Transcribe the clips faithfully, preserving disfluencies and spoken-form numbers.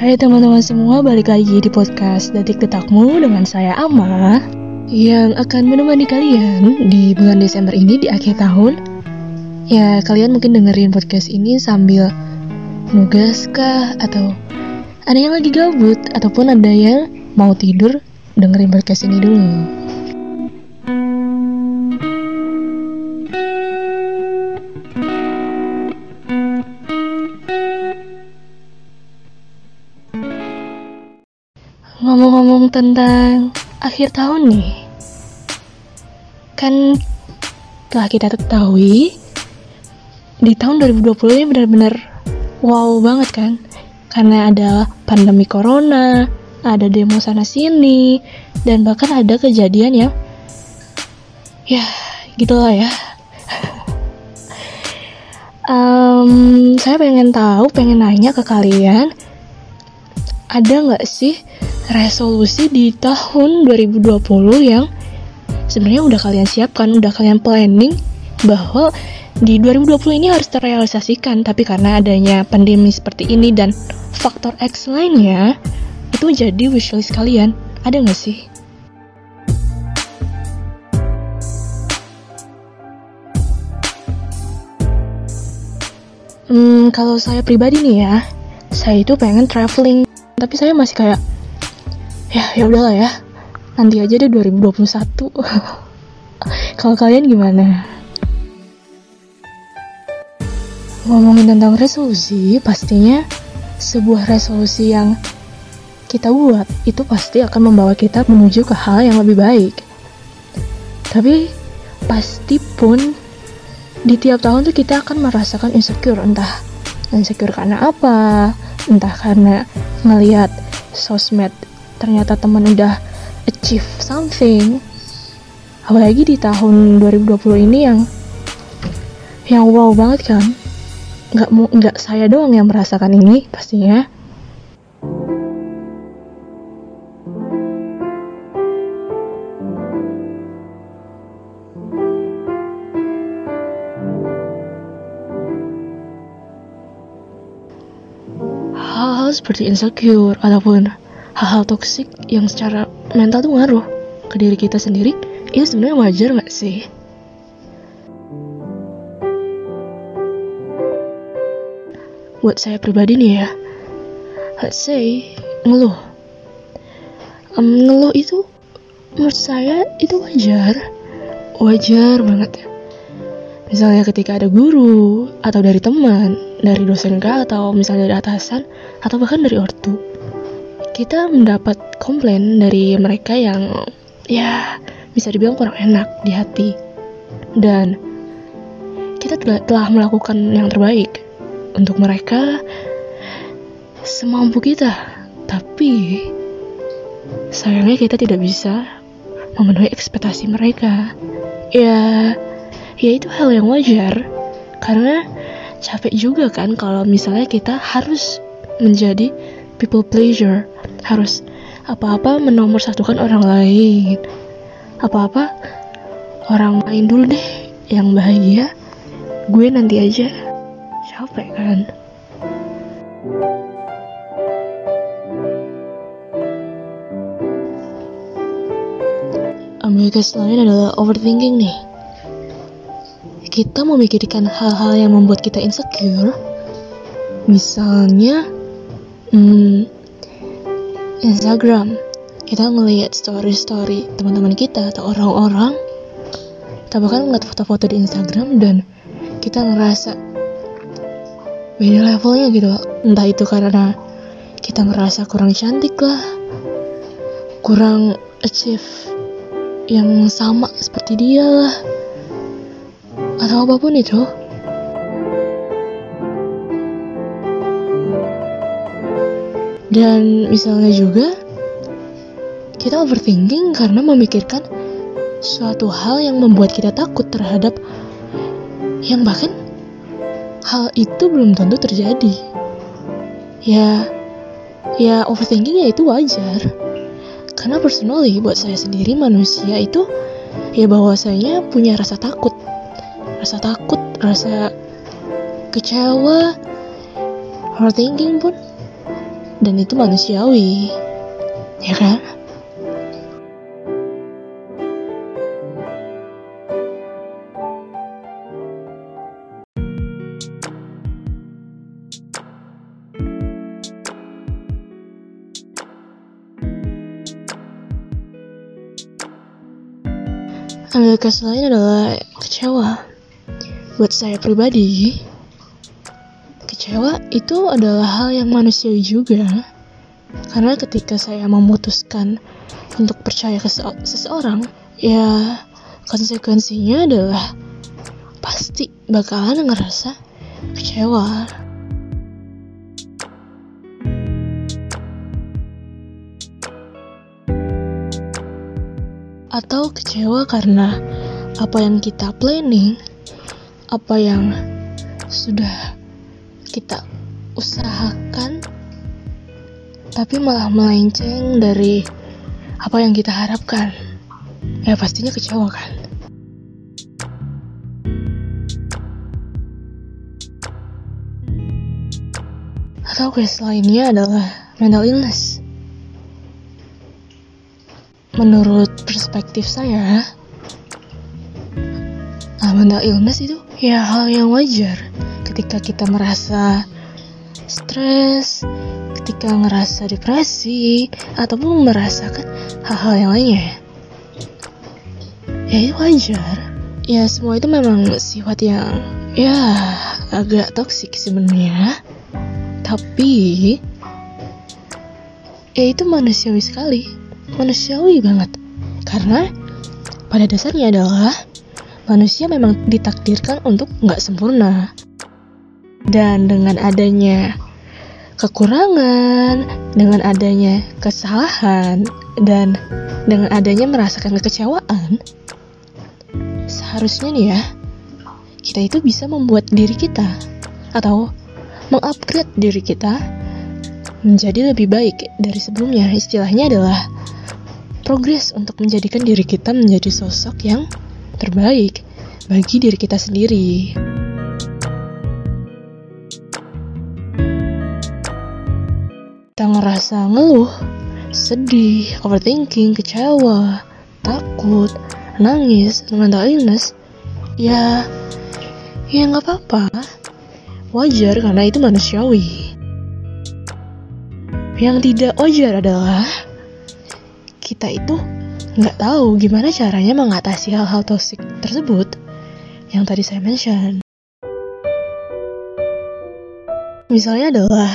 Hai teman-teman semua, balik lagi di podcast Detik Detakmu dengan saya Ama yang akan menemani kalian di bulan Desember ini di akhir tahun. Ya, kalian mungkin dengerin podcast ini sambil nugas kah, atau ada yang lagi gabut, ataupun ada yang mau tidur, dengerin podcast ini dulu. Ngomong-ngomong tentang akhir tahun nih, kan telah kita ketahui di tahun dua ribu dua puluh ini benar-benar wow banget kan, karena ada pandemi corona, ada demo sana sini, dan bahkan ada kejadian yang ya gitulah ya. um, saya pengen tahu, pengen nanya ke kalian, ada nggak sih resolusi di tahun dua ribu dua puluh yang sebenarnya udah kalian siapkan, udah kalian planning bahwa di dua ribu dua puluh ini harus terrealisasikan, tapi karena adanya pandemi seperti ini dan faktor X lainnya, itu jadi wishlist kalian. Ada nggak sih? Hmm, kalau saya pribadi nih ya, saya itu pengen traveling, tapi saya masih kayak ya ya udahlah ya, nanti aja deh dua ribu dua puluh satu. Kalau kalian gimana? Ngomongin tentang resolusi, pastinya sebuah resolusi yang kita buat itu pasti akan membawa kita menuju ke hal yang lebih baik. Tapi pasti pun di tiap tahun tuh kita akan merasakan insecure, entah insecure karena apa, entah karena ngelihat sosmed ternyata teman udah achieve something. Apalagi di tahun dua ribu dua puluh ini yang yang wow banget kan. Nggak mau nggak saya doang yang merasakan ini pastinya. Hal-hal seperti insecure ataupun hal-hal toksik yang secara mental tuh ngaruh ke diri kita sendiri, itu sebenarnya wajar gak sih? Buat saya pribadi nih ya, let's say ngeluh um, ngeluh itu menurut saya itu wajar, wajar banget ya. Misalnya ketika ada guru, atau dari teman, dari dosen kah, atau misalnya dari atasan, atau bahkan dari ortu, kita mendapat komplain dari mereka yang ya bisa dibilang kurang enak di hati, dan kita telah melakukan yang terbaik untuk mereka semampu kita, tapi sayangnya kita tidak bisa memenuhi ekspektasi mereka. Ya, ya itu hal yang wajar, karena capek juga kan kalau misalnya kita harus menjadi people pleasure, harus apa-apa menomorsatukan orang lain, apa-apa orang lain dulu deh yang bahagia, gue nanti aja. Capek kan? Ambiguous lain adalah overthinking nih. Kita memikirkan hal-hal yang membuat kita insecure. Misalnya hmm, Instagram, kita ngelihat story-story teman-teman kita atau orang-orang, kita bahkan ngeliat foto-foto di Instagram dan kita ngerasa beda levelnya gitu. Entah itu karena kita ngerasa kurang cantik lah, kurang achieve yang sama seperti dia lah, atau apapun itu. Dan misalnya juga kita overthinking karena memikirkan suatu hal yang membuat kita takut terhadap yang bahkan hal itu belum tentu terjadi. Ya, ya overthinking ya itu wajar. Karena personally buat saya sendiri, manusia itu ya bahwasanya punya rasa takut, rasa takut, rasa kecewa, overthinking pun Dan itu manusiawi, ya kan? Ambil case lain adalah kecewa. Buat saya pribadi, kecewa itu adalah hal yang manusiawi juga. Karena ketika saya memutuskan untuk percaya ke sese- seseorang, ya konsekuensinya adalah pasti bakalan ngerasa kecewa. Atau kecewa karena apa yang kita planning, apa yang sudah kita usahakan, tapi malah melenceng dari apa yang kita harapkan. Ya pastinya kecewa kan. Atau case lainnya adalah mental illness. Menurut perspektif saya, nah, mental illness itu ya hal yang wajar ketika kita merasa stres, ketika ngerasa depresi, ataupun merasakan hal-hal yang lainnya. Ya itu wajar. Ya semua itu memang sifat yang ya agak toksik sebenarnya. Tapi ya itu manusiawi sekali. Manusiawi banget. Karena pada dasarnya adalah manusia memang ditakdirkan untuk gak sempurna. Dan dengan adanya kekurangan, dengan adanya kesalahan, dan dengan adanya merasakan kekecewaan, seharusnya nih ya, kita itu bisa membuat diri kita atau mengupgrade diri kita menjadi lebih baik dari sebelumnya. Istilahnya adalah progres untuk menjadikan diri kita menjadi sosok yang terbaik bagi diri kita sendiri. Kita ngerasa ngeluh, sedih, overthinking, kecewa, takut, nangis, mental illness, ya, ya nggak apa-apa, wajar karena itu manusiawi. Yang tidak wajar adalah kita itu nggak tahu gimana caranya mengatasi hal-hal toksik tersebut yang tadi saya mention. Misalnya adalah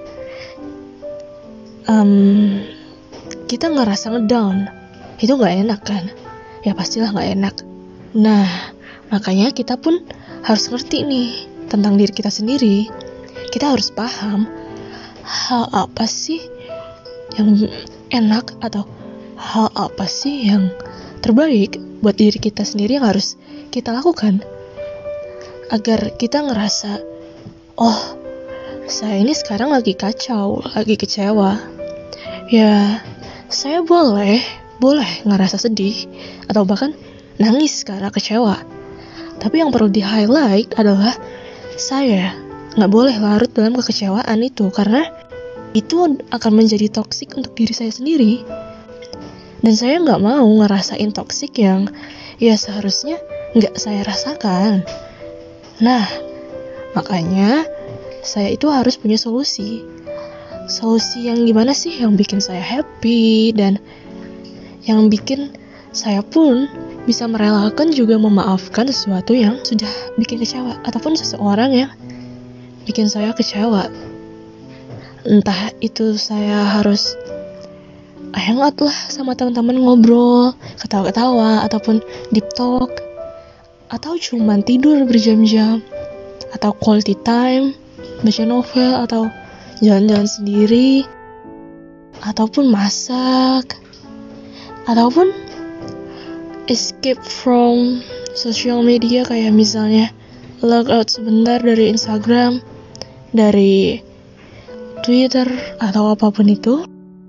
um, kita ngerasa ngedown, itu nggak enak kan? Ya pastilah nggak enak. Nah, makanya kita pun harus ngerti nih tentang diri kita sendiri. Kita harus paham hal apa sih yang enak atau hal apa sih yang terbaik buat diri kita sendiri yang harus kita lakukan agar kita ngerasa, oh, saya ini sekarang lagi kacau, lagi kecewa. Ya, saya boleh, boleh ngerasa sedih atau bahkan nangis karena kecewa. Tapi yang perlu di-highlight adalah saya nggak boleh larut dalam kekecewaan itu, karena itu akan menjadi toksik untuk diri saya sendiri. Dan saya nggak mau ngerasain toksik yang ya seharusnya nggak saya rasakan. Nah, makanya saya itu harus punya solusi. Solusi yang gimana sih yang bikin saya happy dan yang bikin saya pun bisa merelakan juga memaafkan sesuatu yang sudah bikin kecewa ataupun seseorang yang bikin saya kecewa. Entah itu saya harus hangout lah sama teman-teman, ngobrol, ketawa-ketawa, ataupun deep talk, atau cuman tidur berjam-jam, atau quality time, baca novel, atau jalan-jalan sendiri, ataupun masak, ataupun escape from social media, kayak misalnya log out sebentar dari Instagram, dari Twitter, atau apapun itu.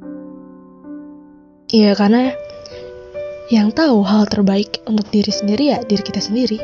Iya, karena yang tahu hal terbaik untuk diri sendiri ya diri kita sendiri.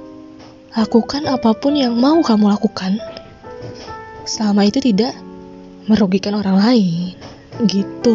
Lakukan apapun yang mau kamu lakukan, selama itu tidak merugikan orang lain. Gitu.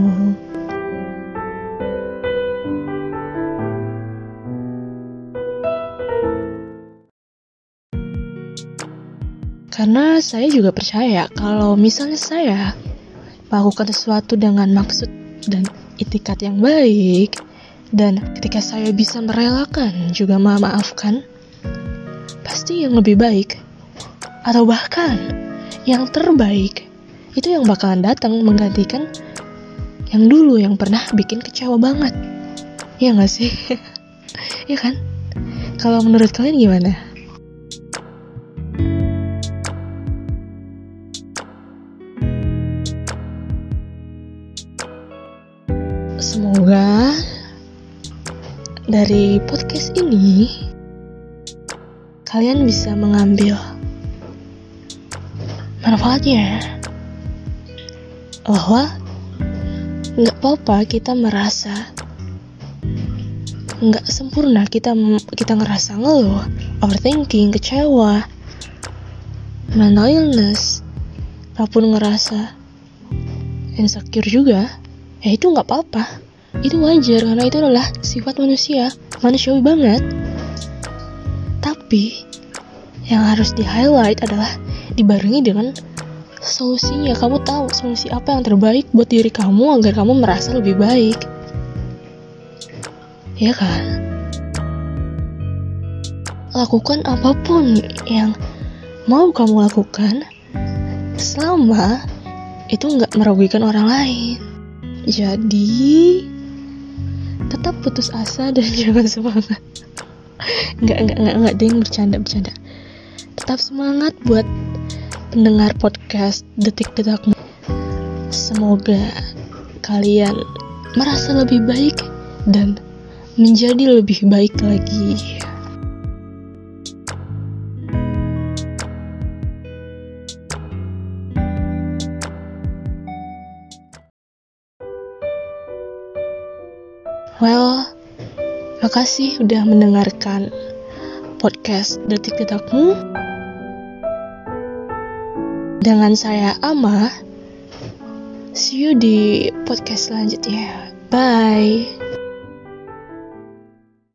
Karena saya juga percaya kalau misalnya saya melakukan sesuatu dengan maksud dan itikat yang baik, dan ketika saya bisa merelakan juga memaafkan, pasti yang lebih baik atau bahkan yang terbaik itu yang bakalan datang menggantikan yang dulu yang pernah bikin kecewa banget. Ya gak sih? Ya kan? Kalau menurut kalian gimana? Semoga dari podcast ini kalian bisa mengambil manfaatnya, bahwa gak apa-apa kita merasa gak sempurna, kita kita ngerasa ngeluh, overthinking, kecewa, mental illness, apapun ngerasa insecure juga, ya itu gak apa-apa, itu wajar karena itu adalah sifat manusia, manusiawi banget. Tapi yang harus di highlight adalah dibarengi dengan solusinya. Kamu tahu solusi apa yang terbaik buat diri kamu agar kamu merasa lebih baik, ya kan? Lakukan apapun yang mau kamu lakukan selama itu gak merugikan orang lain. Jadi tetap putus asa dan jangan semangat. Nggak nggak nggak nggak ding, bercanda bercanda. Tetap semangat buat pendengar podcast Detik Detakmu. Semoga kalian merasa lebih baik dan menjadi lebih baik lagi. Well, makasih udah mendengarkan podcast Detik Detakmu dengan saya Ama. See you di podcast selanjutnya. Bye.